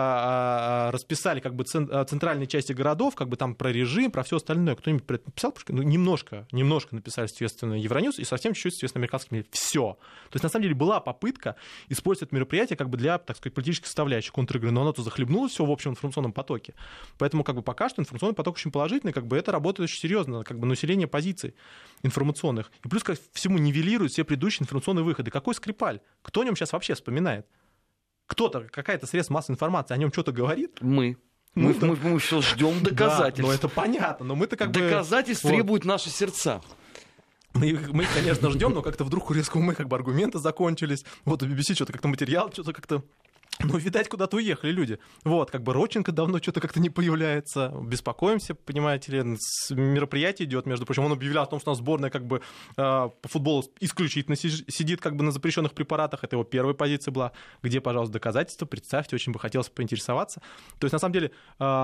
расписали как бы центральные части городов, как бы там про режим, про все остальное. Кто-нибудь про это написал? Ну, немножко написали, естественно, Евроньюз, и совсем чуть-чуть, естественно, американскими. Все. То есть, на самом деле, была попытка использовать это мероприятие как бы для, так сказать, политической составляющей контр-игры, но оно то захлебнулось все в общем информационном потоке. Поэтому как бы пока что информационный поток очень положительный, как бы это работает очень серьезно, как бы на усиление позиций информационных. И плюс ко всему нивелирует все предыдущие информационные выходы. Какой Скрипаль? Кто о нем сейчас вообще вспоминает? Кто-то, какая-то средство массовой информации о нем что-то говорит? Мы все ждем доказательств. Да, ну это понятно, но мы-то как доказательств бы... требуют наши сердца. Мы их, конечно, ждем, но как-то вдруг у резко мы как бы аргументы закончились. Вот у BBC что-то как-то материал, что-то как-то... Ну, видать, куда-то уехали люди. Вот, как бы Родченко давно что-то как-то не появляется. Беспокоимся, понимаете ли. Мероприятие идет, между прочим. Он объявлял о том, что у нас сборная как бы по футболу исключительно сидит как бы на запрещенных препаратах. Это его первая позиция была. Где, пожалуйста, доказательства? Представьте, очень бы хотелось поинтересоваться. То есть, на самом деле,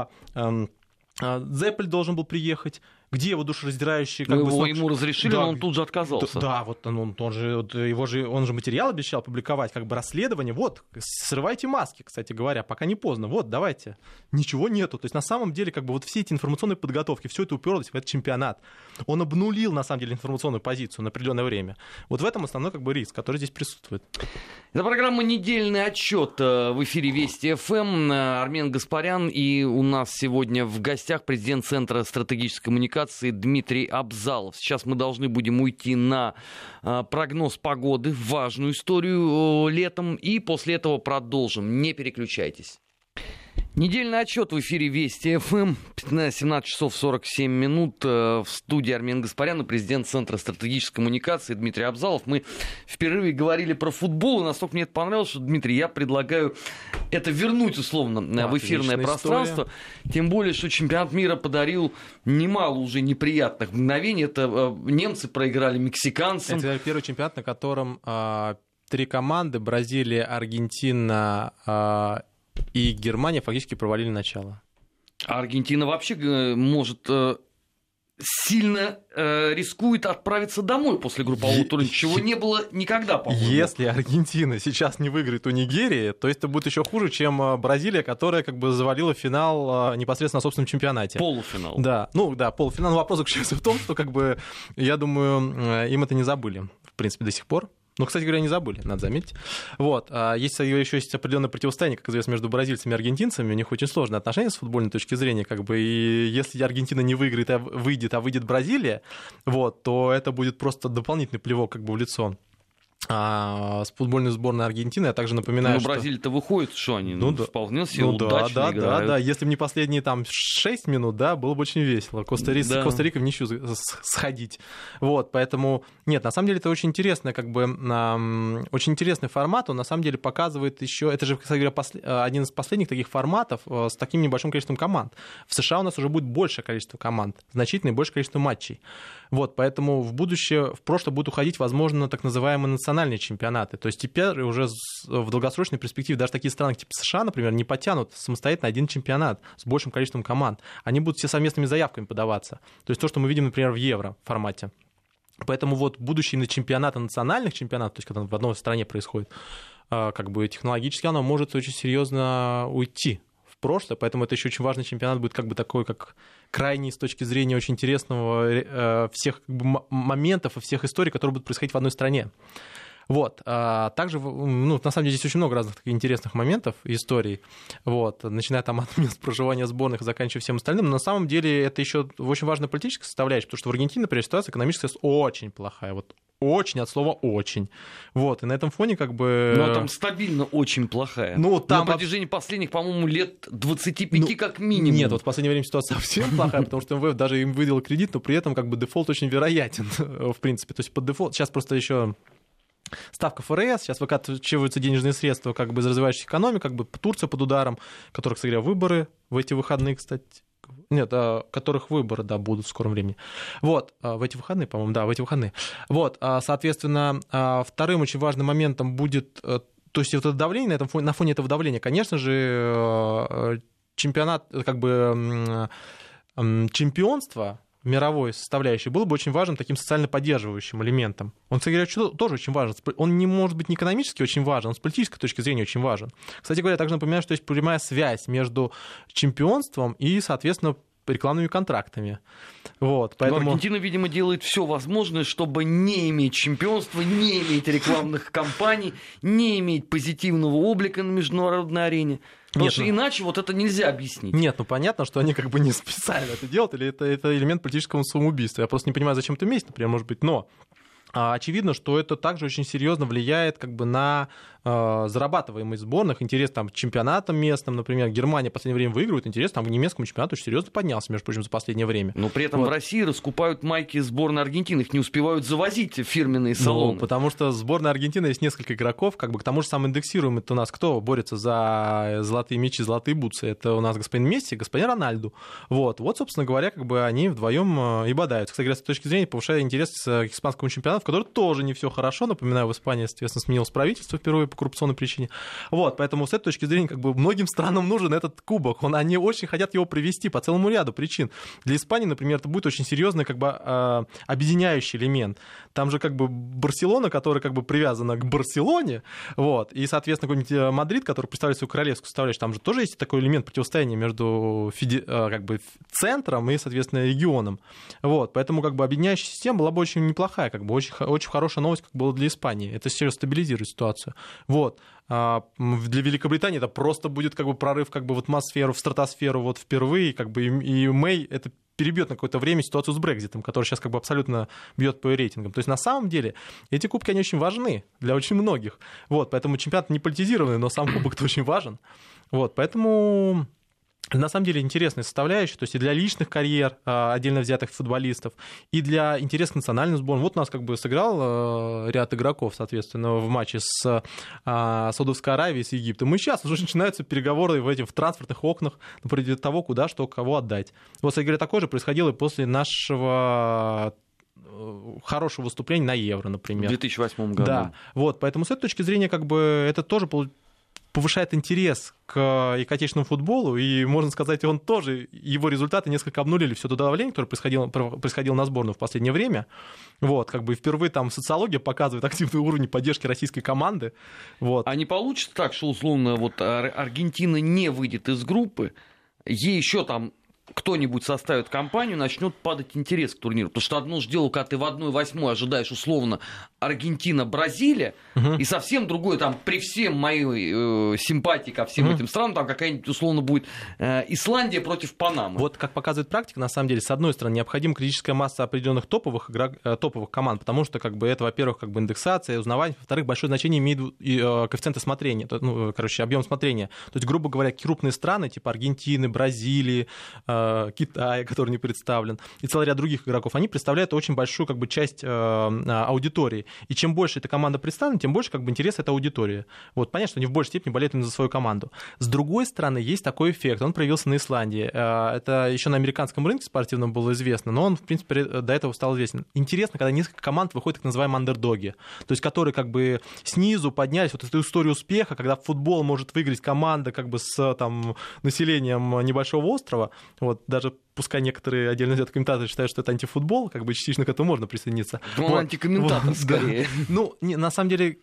Зеппель должен был приехать. Где его душераздирающий... Ему разрешили, но он тут же отказался. Да, вот он же материал обещал публиковать, как бы расследование. Вот, срывайте маски, кстати говоря, пока не поздно. Вот, давайте. Ничего нету. То есть, на самом деле, как бы вот все эти информационные подготовки, все это уперлось в этот чемпионат. Он обнулил, на самом деле, информационную позицию на определенное время. Вот в этом основной как бы риск, который здесь присутствует. Это программа «Недельный отчет» в эфире Вести ФМ. Армен Гаспарян. И у нас сегодня в гостях президент Центра стратегической коммуникации Дмитрий Абзалов. Сейчас мы должны будем уйти на прогноз погоды, важную историю летом, и после этого продолжим. Не переключайтесь. Недельный отчет в эфире Вести ФМ. 17 часов 47 минут. В студии Армен Гаспарян и президент Центра стратегической коммуникации Дмитрий Абзалов. Мы в перерыве говорили про футбол. И настолько мне это понравилось, что, Дмитрий, я предлагаю это вернуть условно в эфирное пространство. История. Тем более, что чемпионат мира подарил немало уже неприятных мгновений. Это немцы проиграли мексиканцам. Это первый чемпионат, на котором... 3 команды, Бразилия, Аргентина и Германия, фактически провалили начало. А Аргентина вообще может... сильно рискует отправиться домой после группового тура, чего не было никогда, по-моему. Если Аргентина сейчас не выиграет у Нигерии, то это будет еще хуже, чем Бразилия, которая как бы завалила финал непосредственно на собственном чемпионате. Полуфинал. Да, полуфинал. Но вопрос заключается в том, что, как бы, я думаю, им это не забыли, в принципе, до сих пор. Ну, кстати говоря, не забыли, надо заметить. Вот. Еще есть определенное противостояние, как известно, между бразильцами и аргентинцами. У них очень сложные отношения с футбольной точки зрения. Как бы, и если Аргентина не выиграет, а выйдет Бразилия, вот, то это будет просто дополнительный плевок как бы в лицо с футбольной сборной Аргентины. Я также напоминаю, что... Бразилия-то выходит, что они вполне себе удачно играют. Да. Если бы не последние там 6 минут, да, было бы очень весело. Коста-Рика в ничью сходить. Вот, поэтому... Нет, на самом деле это очень интересный, как бы, очень интересный формат. Он на самом деле показывает еще... Это же, кстати говоря, один из последних таких форматов с таким небольшим количеством команд. В США у нас уже будет большее количество команд, значительно большее количество матчей. Вот, поэтому в будущее, в прошлое будут уходить, возможно, так называемые национальные чемпионаты. То есть теперь уже в долгосрочной перспективе даже такие страны, типа США, например, не потянут самостоятельно один чемпионат с большим количеством команд. Они будут все совместными заявками подаваться. То есть то, что мы видим, например, в евро формате. Поэтому вот будущее чемпионата, национальных чемпионатов, то есть когда в одной стране происходит, как бы технологически оно может очень серьезно уйти в прошлое, поэтому это еще очень важный чемпионат будет как бы такой, как крайний с точки зрения очень интересного всех как бы моментов и всех историй, которые будут происходить в одной стране. Вот. Также, на самом деле, здесь очень много разных таких интересных моментов, историй, вот, начиная там от мест проживания сборных и заканчивая всем остальным, но на самом деле это еще очень важная политическая составляющая, потому что в Аргентине, например, ситуация экономическая очень плохая, вот очень от слова «очень». Вот, и на этом фоне как бы... Ну, а там стабильно очень плохая. Там... На протяжении последних, по-моему, лет 25 как минимум. Нет, вот в последнее время ситуация совсем плохая, потому что МВФ даже им выдал кредит, но при этом как бы дефолт очень вероятен, в принципе. То есть под дефолт... Сейчас просто еще... Ставка ФРС, сейчас выкачиваются денежные средства как бы из развивающих экономик, как бы Турция под ударом, которых, кстати говоря, выборы в эти выходные, кстати. Нет, которых выборы, да, будут в скором времени. Вот, в эти выходные, по-моему, да, в эти выходные. Вот, соответственно, вторым очень важным моментом будет, то есть вот это давление, на фоне этого давления, конечно же, чемпионат, как бы чемпионство мировой составляющей было бы очень важным таким социально поддерживающим элементом. Он, кстати говоря, тоже очень важен. Он не может быть не экономически очень важен, он с политической точки зрения очень важен. Кстати говоря, также напоминаю, что есть прямая связь между чемпионством и, соответственно, рекламными контрактами. Вот, поэтому... Но Аргентина, видимо, делает все возможное, чтобы не иметь чемпионства, не иметь рекламных кампаний, не иметь позитивного облика на международной арене. Потому что иначе вот это нельзя объяснить. Нет, понятно, что они как бы не специально это делают, или это элемент политического самоубийства. Я просто не понимаю, зачем это вместе, например, может быть, но очевидно, что это также очень серьезно влияет как бы на зарабатываемость сборных, интерес там к чемпионатам местным, например, Германия в последнее время выигрывает, интерес там к немецкому чемпионату очень серьезно поднялся, между прочим, за последнее время. Но при этом вот. В России раскупают майки сборной Аргентины, их не успевают завозить в фирменные салоны. Потому что сборная Аргентины есть несколько игроков, как бы к тому же самому индексируем, это у нас кто борется за золотые мячи, золотые бутсы, это у нас господин Месси, господин Рональду. Вот, собственно говоря, как бы они вдвоем и бодаются. Кстати говоря, с точки зрения повышая интерес к испанскому чемпионату, в котором тоже не все хорошо, напоминаю, в Испании, соответственно, сменилось правительство впервые по коррупционной причине. Вот, поэтому с этой точки зрения, как бы многим странам нужен этот кубок. Они очень хотят его привести по целому ряду причин. Для Испании, например, это будет очень серьезный как бы объединяющий элемент. Там же как бы Барселона, которая как бы привязана к Барселоне, вот, и, соответственно, какой-нибудь Мадрид, который представляет свою королевскую составляющую, там же тоже есть такой элемент противостояния между как бы центром и, соответственно, регионом. Вот, поэтому как бы объединяющая система была бы очень неплохая, как бы очень хорошая новость, как было для Испании. Это серьезно стабилизирует ситуацию. Вот. Для Великобритании это просто будет как бы прорыв как бы в атмосферу, в стратосферу вот впервые, как бы и Мэй это перебьет на какое-то время ситуацию с Брекситом, которая сейчас как бы абсолютно бьет по рейтингам. То есть на самом деле эти кубки, они очень важны для очень многих. Вот, поэтому чемпионат не политизированный, но сам кубок-то очень важен. Вот, поэтому... На самом деле интересная составляющая, то есть и для личных карьер отдельно взятых футболистов, и для интереса к национальным сборным. Вот у нас как бы сыграл ряд игроков, соответственно, в матче с Саудовской Аравией, с Египтом. И сейчас уже начинаются переговоры в трансферных окнах на предмет того, куда, что, кого отдать. Вот, кстати говоря, такое же происходило и после нашего хорошего выступления на Евро, например. В 2008 году. Да, вот, поэтому с этой точки зрения как бы это тоже повышает интерес к отечественному футболу, и, можно сказать, он тоже, его результаты несколько обнулили все то давление, которое происходило на сборную в последнее время. Вот, как бы впервые там социология показывает активный уровень поддержки российской команды. Вот. А не получится так, что условно вот Аргентина не выйдет из группы, ей еще там кто-нибудь составит компанию, начнет падать интерес к турниру. Потому что одно же дело, когда ты в 1/8 ожидаешь условно Аргентина-Бразилия, и совсем другое, там, при всем моей симпатии ко всем этим странам, там какая-нибудь условно будет Исландия против Панамы. Вот как показывает практика, на самом деле, с одной стороны, необходима критическая масса определенных топовых команд, потому что как бы, это, во-первых, как бы индексация, узнавание, во-вторых, большое значение имеют коэффициенты смотрения, объем смотрения. То есть, грубо говоря, крупные страны, типа Аргентины, Бразилии, Китая, который не представлен, и целый ряд других игроков, они представляют очень большую как бы, часть аудитории. И чем больше эта команда представлена, тем больше как бы, интерес этой аудитории. Вот, понятно, что они в большей степени болеют именно за свою команду. С другой стороны, есть такой эффект, он проявился на Исландии. Это еще на американском рынке спортивном было известно, но он, в принципе, до этого стал известен. Интересно, когда несколько команд выходят так называемые андердоги, то есть которые как бы снизу поднялись, вот эту историю успеха, когда в футбол может выиграть команда как бы с там, населением небольшого острова, вот, даже пускай некоторые отдельно взятые комментаторы считают, что это антифутбол, как бы частично к этому можно присоединиться. Ну, вот. Антикомментатор, вот, скорее. Да. Ну, на самом деле,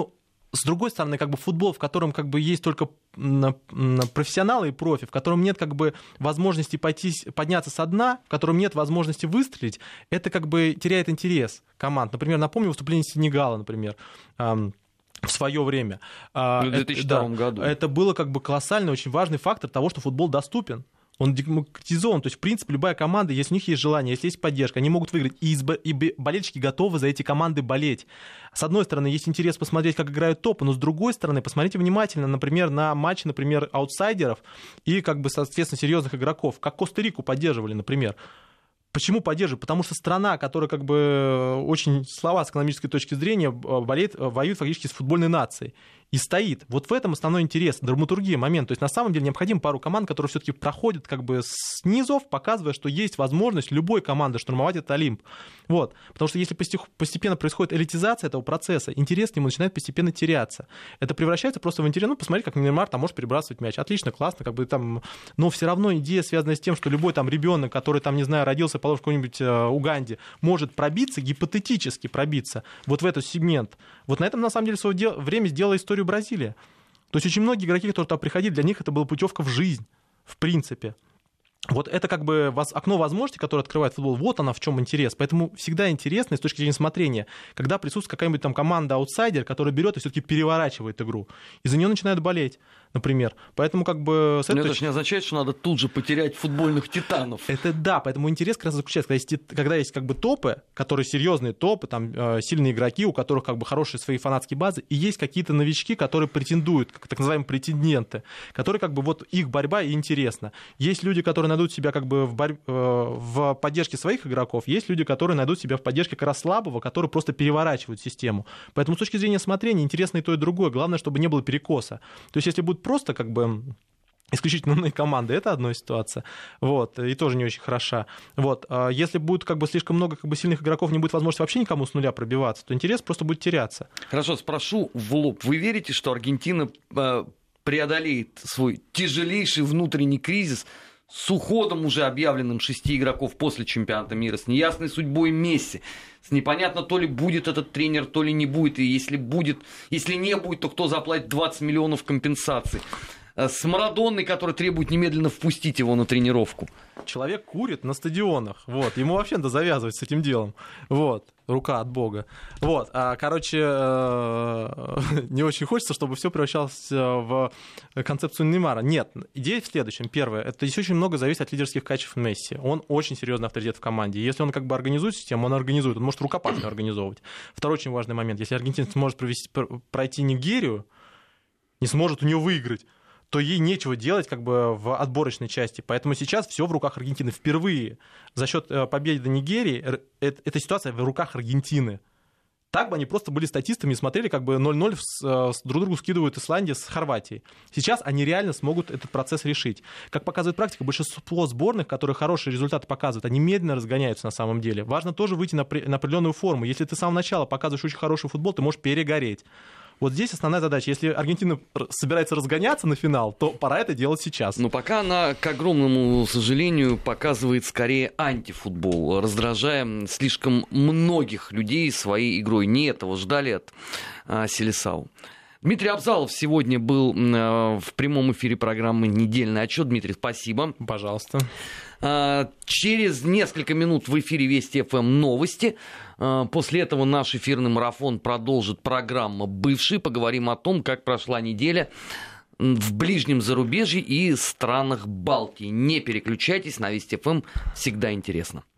с другой стороны, как бы футбол, в котором как бы есть только профессионалы и профи, в котором нет как бы возможности подняться со дна, в котором нет возможности выстрелить, это как бы теряет интерес команд. Например, напомню выступление Сенегала, например, в свое время. В 2002 году. Это было как бы колоссальный, очень важный фактор того, что футбол доступен. Он демократизован, то есть, в принципе, любая команда, если у них есть желание, если есть поддержка, они могут выиграть, и болельщики готовы за эти команды болеть. С одной стороны, есть интерес посмотреть, как играют топы, но с другой стороны, посмотрите внимательно, например, на матчи, например, аутсайдеров и, как бы, соответственно, серьезных игроков, как Коста-Рику поддерживали, например. Почему поддерживают? Потому что страна, которая как бы очень слаба с экономической точки зрения, воюет фактически с футбольной нацией. И стоит. Вот в этом основной интерес, драматургия, момент. То есть на самом деле необходим пару команд, которые все-таки проходят как бы с низов, показывая, что есть возможность любой команды штурмовать этот Олимп. Вот. Потому что если постепенно происходит элитизация этого процесса, интерес к нему начинает постепенно теряться. Это превращается просто в интерес. Ну, посмотри, как Неймар там может перебрасывать мяч. Отлично, классно, как бы там. Но все равно идея, связанная с тем, что любой там ребенок, который там, не знаю, родился, положим, в какой-нибудь Уганде, может пробиться, гипотетически пробиться вот в этот сегмент. Вот на этом, на самом деле, в свое время сделала историю Бразилия. То есть очень многие игроки, которые туда приходили, для них это была путевка в жизнь, в принципе. Вот это как бы окно возможностей, которое открывает футбол, вот она в чем интерес. Поэтому всегда интересно с точки зрения смотрения, когда присутствует какая-нибудь там команда-аутсайдер, которая берет и все-таки переворачивает игру, и за нее начинают болеть, например. Поэтому как бы... Но это же не означает, что надо тут же потерять футбольных титанов. Это да, поэтому интерес как раз заключается, когда есть как бы топы, которые серьезные топы, там сильные игроки, у которых как бы хорошие свои фанатские базы, и есть какие-то новички, которые претендуют, как так называемые претенденты, которые как бы вот их борьба и интересна. Есть люди, которые найдут себя как бы в поддержке своих игроков, есть люди, которые найдут себя в поддержке как раз слабого, которые просто переворачивают систему. Поэтому с точки зрения смотрения интересно и то, и другое. Главное, чтобы не было перекоса. То есть если будет просто как бы исключительно умные команды, это одна ситуация, вот, и тоже не очень хороша. Вот. Если будет как бы слишком много как бы сильных игроков, не будет возможности вообще никому с нуля пробиваться, то интерес просто будет теряться. Хорошо, спрошу в лоб. Вы верите, что Аргентина преодолеет свой тяжелейший внутренний кризис с уходом уже объявленным 6 игроков после чемпионата мира, с неясной судьбой Месси, с непонятно, то ли будет этот тренер, то ли не будет, и если не будет, то кто заплатит 20 миллионов компенсаций? С Марадонной, который требует немедленно впустить его на тренировку. Человек курит на стадионах. Вот. Ему вообще надо завязывать с этим делом. Вот. Рука от Бога. Вот. Короче, не очень хочется, чтобы все превращалось в концепцию Неймара. Нет. Идея в следующем. Первое. Это здесь очень много зависит от лидерских качеств Месси. Он очень серьезный авторитет в команде. Если он как бы организует систему, он организует. Он может рукопашную организовывать. Второй очень важный момент. Если Аргентина сможет пройти Нигерию, не сможет у нее выиграть, то ей нечего делать как бы в отборочной части. Поэтому сейчас все в руках Аргентины. Впервые за счет победы Нигерии эта ситуация в руках Аргентины. Так бы они просто были статистами и смотрели, как бы 0-0 друг другу скидывают Исландия с Хорватией. Сейчас они реально смогут этот процесс решить. Как показывает практика, большинство сборных, которые хорошие результаты показывают, они медленно разгоняются на самом деле. Важно тоже выйти на определенную форму. Если ты с самого начала показываешь очень хороший футбол, ты можешь перегореть. Вот здесь основная задача. Если Аргентина собирается разгоняться на финал, то пора это делать сейчас. Но пока она, к огромному сожалению, показывает скорее антифутбол, раздражая слишком многих людей своей игрой. Не этого ждали от Селисау. Дмитрий Абзалов сегодня был в прямом эфире программы «Недельный отчет». Дмитрий, спасибо. Пожалуйста. Через несколько минут в эфире Вести ФМ новости. После этого наш эфирный марафон продолжит программа «Бывший». Поговорим о том, как прошла неделя в ближнем зарубежье и странах Балтии. Не переключайтесь, на Вести ФМ всегда интересно.